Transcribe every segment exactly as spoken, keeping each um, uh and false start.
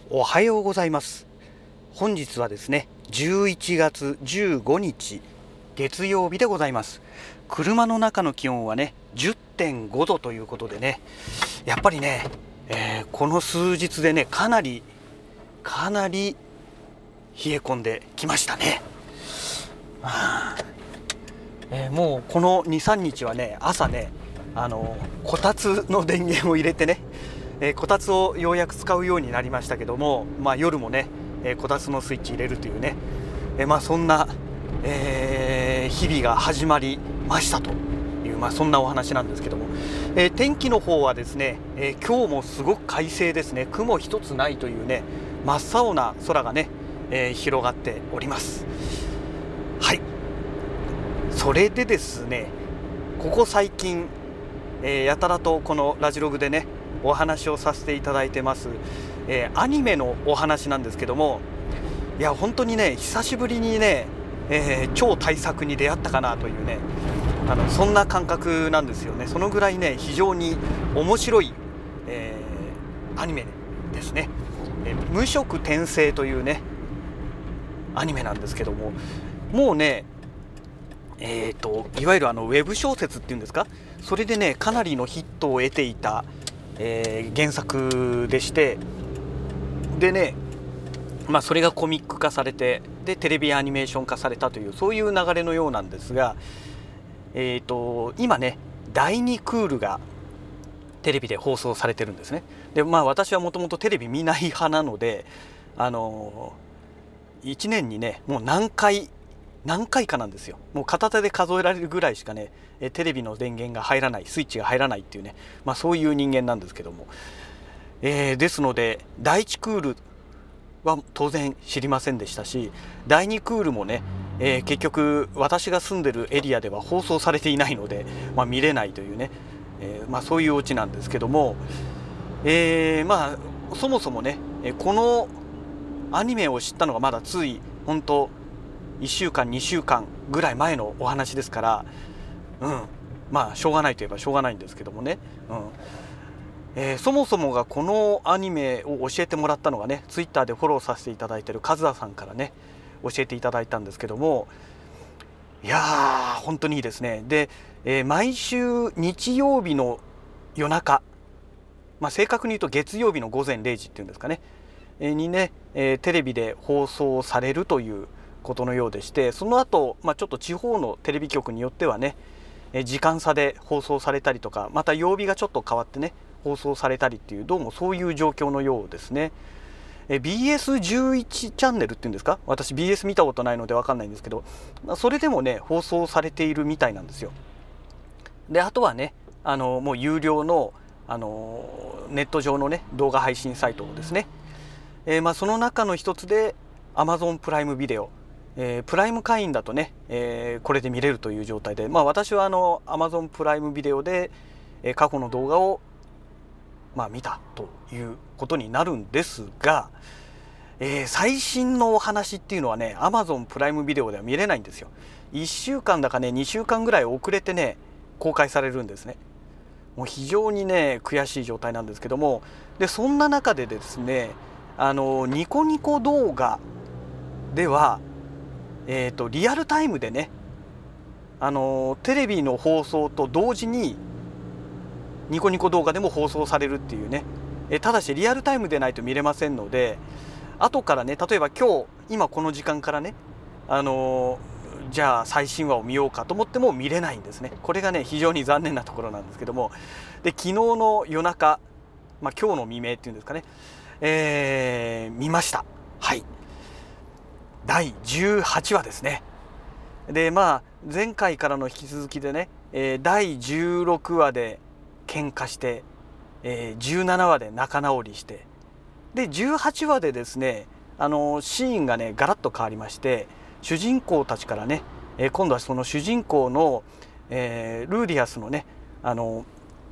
おはようございます。本日はですねじゅういちがつじゅうごにち月曜日でございます。車の中の気温はね じゅってんごどということでね、やっぱりね、えー、この数日でねかなりかなり冷え込んできましたね。はあえー、もうこの にさんにちはね朝ねあのこたつの電源を入れてね、えー、こたつをようやく使うようになりましたけども、まあ、夜もね、えー、こたつのスイッチ入れるというね、えー、まあそんな、えー、日々が始まりましたという、まあ、そんなお話なんですけども、えー、天気の方はですね、えー、今日もすごく快晴ですね。雲一つないというね真っ青な空がね、えー、広がっております。はい、それでですねここ最近、えー、やたらとこのラジログでねお話をさせていただいてます、えー、アニメのお話なんですけども、いや本当にね久しぶりにね、えー、超大作に出会ったかなというねあのそんな感覚なんですよね。そのぐらいね非常に面白い、えー、アニメですね、えー、無色転生というねアニメなんですけども、もうねえーといわゆるあのウェブ小説っていうんですか、それでねかなりのヒットを得ていた、えー、原作でして、でねまあそれがコミック化されて、でテレビアニメーション化されたというそういう流れのようなんですが、えーと今ねだいにクールがテレビで放送されてるんですね。でまあ私はもともとテレビ見ない派なので、あのー、いちねんにねもう何回何回かなんですよ。もう片手で数えられるぐらいしかねテレビの電源が入らない、スイッチが入らないっていうね、まあそういう人間なんですけども、えー、ですのでだいいちクールは当然知りませんでしたし、だいにクールもね、えー、結局私が住んでるエリアでは放送されていないので、まあ、見れないというね、えーまあ、そういうオチなんですけども、えー、まあそもそもねこのアニメを知ったのがまだつい本当いっしゅうかんにしゅうかんぐらい前のお話ですから、うんまあしょうがないといえばしょうがないんですけどもね、うんえー、そもそもがこのアニメを教えてもらったのがねツイッターでフォローさせていただいているカズアさんからね教えていただいたんですけども、いやー本当にいいですね。で、えー、毎週日曜日の夜中、まあ、正確に言うと月曜日のごぜんれいじっていうんですかね、えー、にね、えー、テレビで放送されるということのようでして、その後、まあちょっと地方のテレビ局によってはね時間差で放送されたりとか、また曜日がちょっと変わってね放送されたりっていう、どうもそういう状況のようですね。え ビーエスじゅういち チャンネルっていうんですか、私 ビーエス 見たことないので分かんないんですけど、それでもね放送されているみたいなんですよ。であとはねあのもう有料のあのネット上のね動画配信サイトですね、えー、まあその中の一つで Amazon プライムビデオ、えー、プライム会員だとね、えー、これで見れるという状態で、まあ私はあの Amazon プライムビデオで、えー、過去の動画をまあ見たということになるんですが、えー、最新のお話っていうのはね Amazon プライムビデオでは見れないんですよ。いっしゅうかんだかねにしゅうかんぐらい遅れてね公開されるんですね。もう非常にね悔しい状態なんですけども、でそんな中でですねあのニコニコ動画では、えーと、リアルタイムでねあのテレビの放送と同時にニコニコ動画でも放送されるっていうね、えただしリアルタイムでないと見れませんので、後からね例えば今日今この時間からねあのじゃあ最新話を見ようかと思っても見れないんですね。これがね非常に残念なところなんですけども、で昨日の夜中、まあ、今日の未明っていうんですかね、えー、見ました。はい、だいじゅうはちわですね。でまあ前回からの引き続きでね、えー、だいじゅうろくわで喧嘩して、えー、じゅうななわで仲直りして、でじゅうはちわでですねあのシーンがねガラッと変わりまして、主人公たちからね、えー、今度はその主人公の、えー、ルーディアスのねあの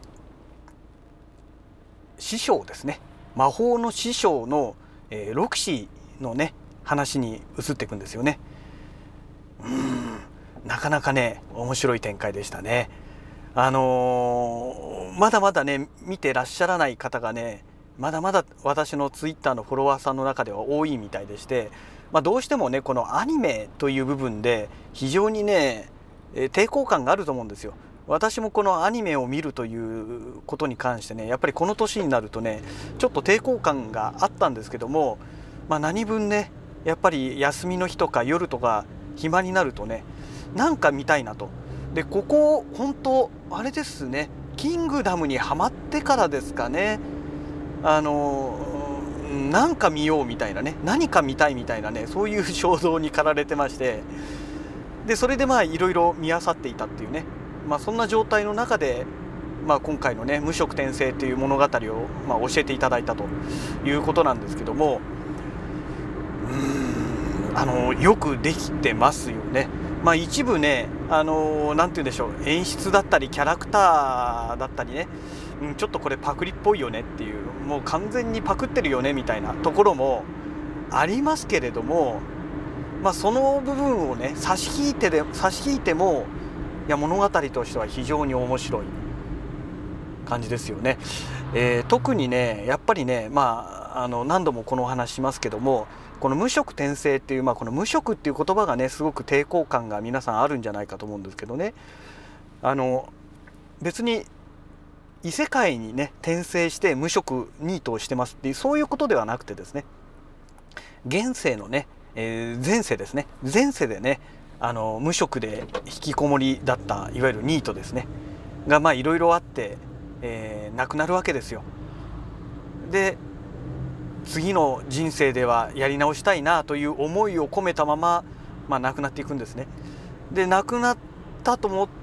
師匠ですね、魔法の師匠の、えー、ロクシーのね話に移っていくんですよね。うーんなかなかね面白い展開でしたね。あのー、まだまだね見てらっしゃらない方がねまだまだ私のツイッターのフォロワーさんの中では多いみたいでして、まあ、どうしてもねこのアニメという部分で非常にね抵抗感があると思うんですよ。私もこのアニメを見るということに関してねやっぱりこの年になるとねちょっと抵抗感があったんですけども、まあ、何分ねやっぱり休みの日とか夜とか暇になるとねなんか見たいなと。でここ本当あれですね、キングダムにはまってからですかね、あのなんか見ようみたいなね、何か見たいみたいなね、そういう衝動に駆られてまして、でそれでまあいろいろ見漁っていたっていうね、まあ、そんな状態の中で、まあ、今回のね無職転生という物語をまあ教えていただいたということなんですけども、うーんあのよくできてますよね。まあ、一部ね、あのー、なんて言うんでしょう、演出だったりキャラクターだったりね、うん、ちょっとこれパクリっぽいよねっていう、もう完全にパクってるよねみたいなところもありますけれども、まあ、その部分をね差し引いてで差し引いてもいや物語としては非常に面白い感じですよね。えー、特にねやっぱりね、まあ、あの何度もこのお話しますけども、この無職転生っていう、まあ、この無職っていう言葉がねすごく抵抗感が皆さんあるんじゃないかと思うんですけどね、あの別に異世界にね転生して無職ニートをしてますっていうそういうことではなくてですね、現世のね、えー、前世ですね、前世でねあの無職で引きこもりだったいわゆるニートですねがまあいろいろあって、えー、亡くなるわけですよ。で次の人生ではやり直したいなという思いを込めたまま、まあ、亡くなっていくんですね。で亡くなったと思って、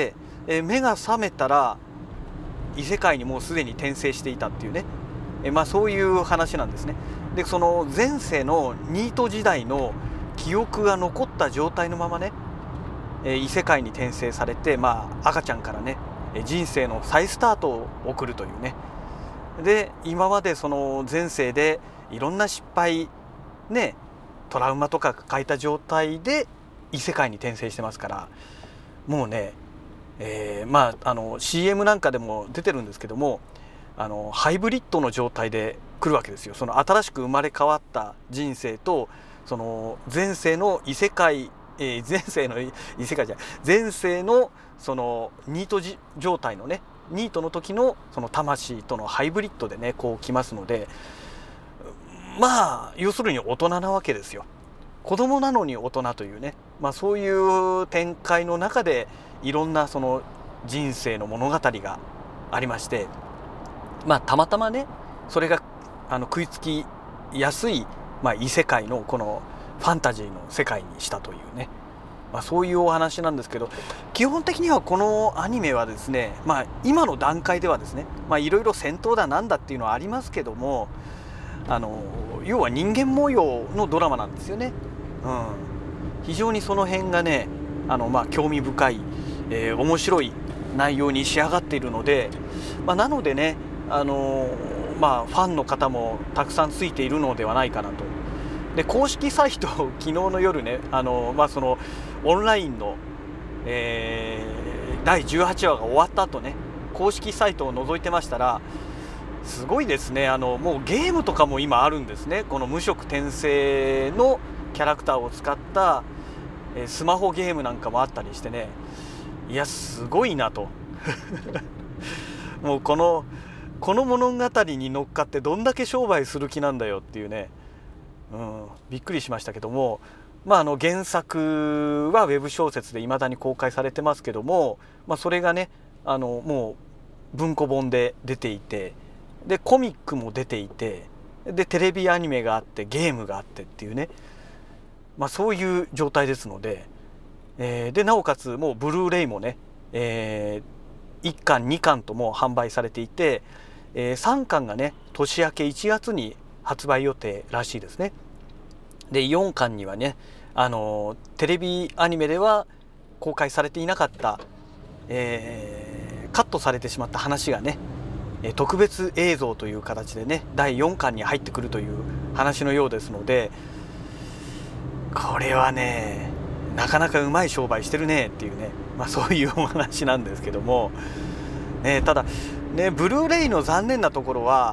えー、目が覚めたら異世界にもうすでに転生していたっていうね、えーまあ、そういう話なんですね。でその前世のニート時代の記憶が残った状態のままね、えー、異世界に転生されて、まあ、赤ちゃんからね人生の再スタートを送るというね。で今までその前世でいろんな失敗ねトラウマとか抱えた状態で異世界に転生してますから、もうね、えー、まああの シーエム なんかでも出てるんですけども、あのハイブリッドの状態で来るわけですよ。その新しく生まれ変わった人生とその前世の異世界、えー、前世の異世界じゃない前世のそのニート状態のねニートの時のその魂とのハイブリッドでねこう来ますので、まあ要するに大人なわけですよ。子供なのに大人というね、まあ、そういう展開の中でいろんなその人生の物語がありまして、まあたまたまねそれがあの食いつきやすい、まあ、異世界のこのファンタジーの世界にしたというね、まあ、そういうお話なんですけど、基本的にはこのアニメはですね、まあ、今の段階ではですね、まあいろいろ戦闘だなんだっていうのはありますけども、あの要は人間模様のドラマなんですよね。うん、非常にその辺がねあの、まあ、興味深い、えー、面白い内容に仕上がっているので、まあ、なのでね、あのまあ、ファンの方もたくさんついているのではないかなと。で公式サイトを昨日の夜ね、あの、まあ、そのオンラインの、えー、だいじゅうはちわが終わった後ね公式サイトを覗いてましたら、すごいですね、あのもうゲームとかも今あるんですね。この無職転生のキャラクターを使った、えー、スマホゲームなんかもあったりしてね、いやすごいなともうこのこの物語に乗っかってどんだけ商売する気なんだよっていうね、うん、びっくりしましたけども、まあ、あの原作はウェブ小説で未だに公開されてますけども、まあ、それがねあのもう文庫本で出ていて、でコミックも出ていて、でテレビアニメがあってゲームがあってっていうね、まあ、そういう状態ですので、えー、でなおかつもうブルーレイもね、えー、いっかんにかんとも販売されていて、えー、さんかんがね年明けいちがつに発売予定らしいですね。でよんかんにはね、あのー、テレビアニメでは公開されていなかった、えー、カットされてしまった話がね特別映像という形でねだいよんかんに入ってくるという話のようですので、これはねなかなかうまい商売してるねっていうね、まあ、そういうお話なんですけども、ね、ただねブルーレイの残念なところは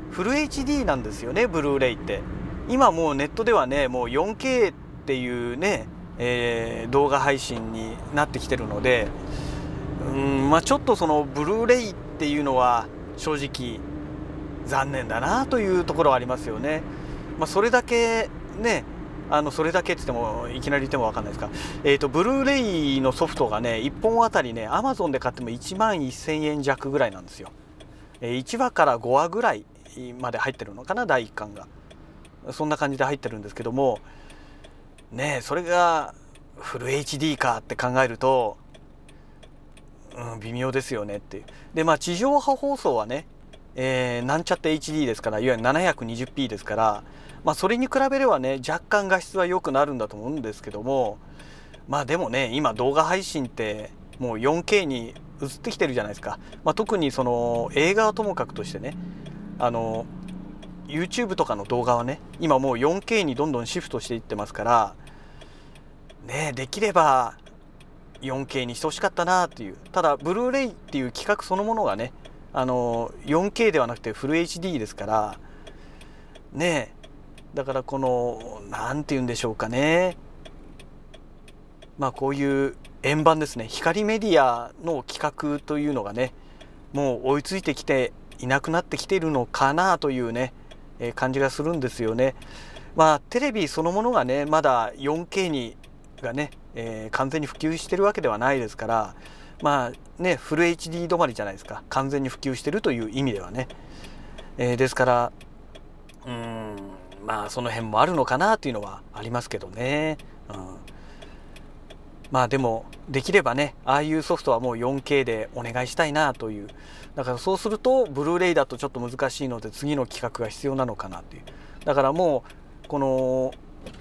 フル エイチディー なんですよね、ブルーレイって。今もうネットではねもう よんケー っていうね、えー、動画配信になってきてるので、うんまあちょっとそのブルーレイっていうのは正直残念だなというところはありますよね。まあ、それだけねあのそれだけって言ってもいきなり言っても分かんないですが、えーとブルーレイのソフトがねいっぽんあたりね アマゾン で買ってもいちまんせんえん弱ぐらいなんですよ。いちわからごわぐらいまで入ってるのかな、だいいっかんが。そんな感じで入ってるんですけどもね、それがフル エイチディー かって考えると、うん、微妙ですよねっていう。でまあ地上波放送はね、えー、なんちゃって エイチディー ですから、いわゆる ななひゃくにじゅっピー ですから、まあ、それに比べればね若干画質は良くなるんだと思うんですけども、まあでもね今動画配信ってもう よんケー に移ってきてるじゃないですか。まあ、特にその映画はともかくとしてね、あの YouTube とかの動画はね今もう よんケー にどんどんシフトしていってますからね、できれば よんケー にしてほしかったなっていう。ただブルーレイっていう企画そのものがねあの よんケー ではなくてフル エイチディー ですからね、だからこのなんて言うんでしょうかね、まあこういう円盤ですね、光メディアの企画というのがねもう追いついてきていなくなってきているのかなというね、えー、感じがするんですよね。まあテレビそのものがねまだ よんケー にがね、えー、完全に普及してるわけではないですから、まあねフル エイチディー 止まりじゃないですか、完全に普及してるという意味ではね、えー、ですからうーんまあその辺もあるのかなというのはありますけどね、うん、まあでもできればねああいうソフトはもう よんケー でお願いしたいなという。だからそうするとブルーレイだとちょっと難しいので次の企画が必要なのかなという。だからもうこの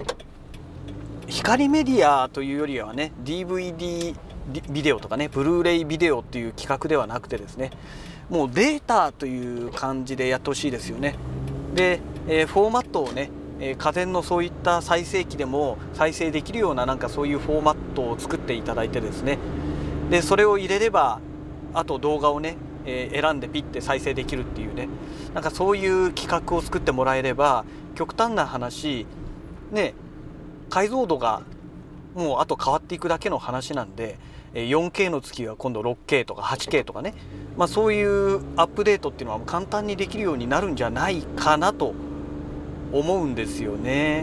光メディアというよりはね ディーブイディー ビデオとかねブルーレイビデオっていう企画ではなくてですね、もうデータという感じでやってほしいですよね。で、えー、フォーマットをね、えー、家電のそういった再生機でも再生できるようななんかそういうフォーマットを作っていただいてですね、でそれを入れればあと動画をね、えー、選んでピッて再生できるっていうね、なんかそういう企画を作ってもらえれば極端な話ね解像度がもうあと変わっていくだけの話なんで、 よんケー の次は今度 ろくケー とか はちケー とかね、まあ、そういうアップデートっていうのは簡単にできるようになるんじゃないかなと思うんですよね。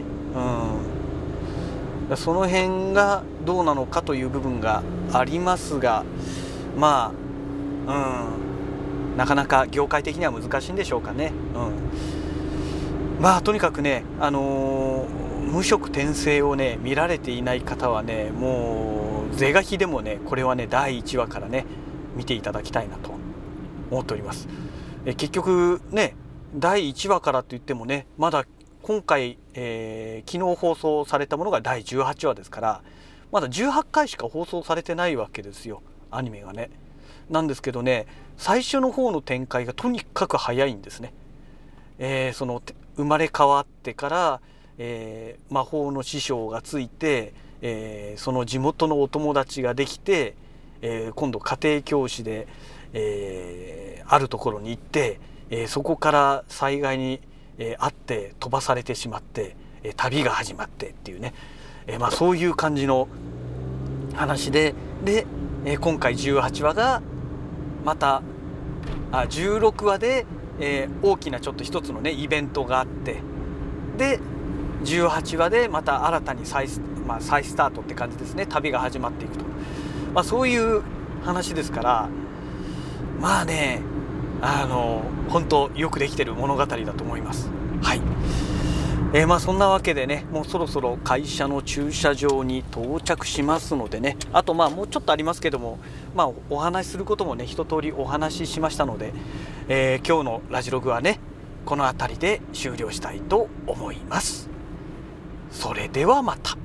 うん、その辺がどうなのかという部分がありますが、まあ、うん、なかなか業界的には難しいんでしょうかね。うん、まあとにかくね、あのー無色転生をね見られていない方はねもう是が非でもねこれはねだいいちわからね見ていただきたいなと思っております。え結局ねだいいちわからといってもねまだ今回、えー、昨日放送されたものがだいじゅうはちわですからまだじゅうはちかいしか放送されてないわけですよ、アニメがね。なんですけどね最初の方の展開がとにかく早いんですね。えー、その生まれ変わってからえー、魔法の師匠がついて、えー、その地元のお友達ができて、えー、今度家庭教師で、えー、あるところに行って、えー、そこから災害に、えー、遭って飛ばされてしまって、えー、旅が始まってっていうね、えーまあ、そういう感じの話でで、えー、今回じゅうはちわがまたあじゅうろくわで、えー、大きなちょっと一つのねイベントがあってでじゅうはちわでまた新たに再、まあ、再スタートって感じですね。旅が始まっていくと、まあ、そういう話ですからまあねあの本当よくできてる物語だと思います。はい、えー、まあそんなわけでねもうそろそろ会社の駐車場に到着しますのでね、あとまあもうちょっとありますけども、まあ、お話しすることもね一通りお話ししましたので、えー、今日のラジログはねこの辺りで終了したいと思います。それではまた。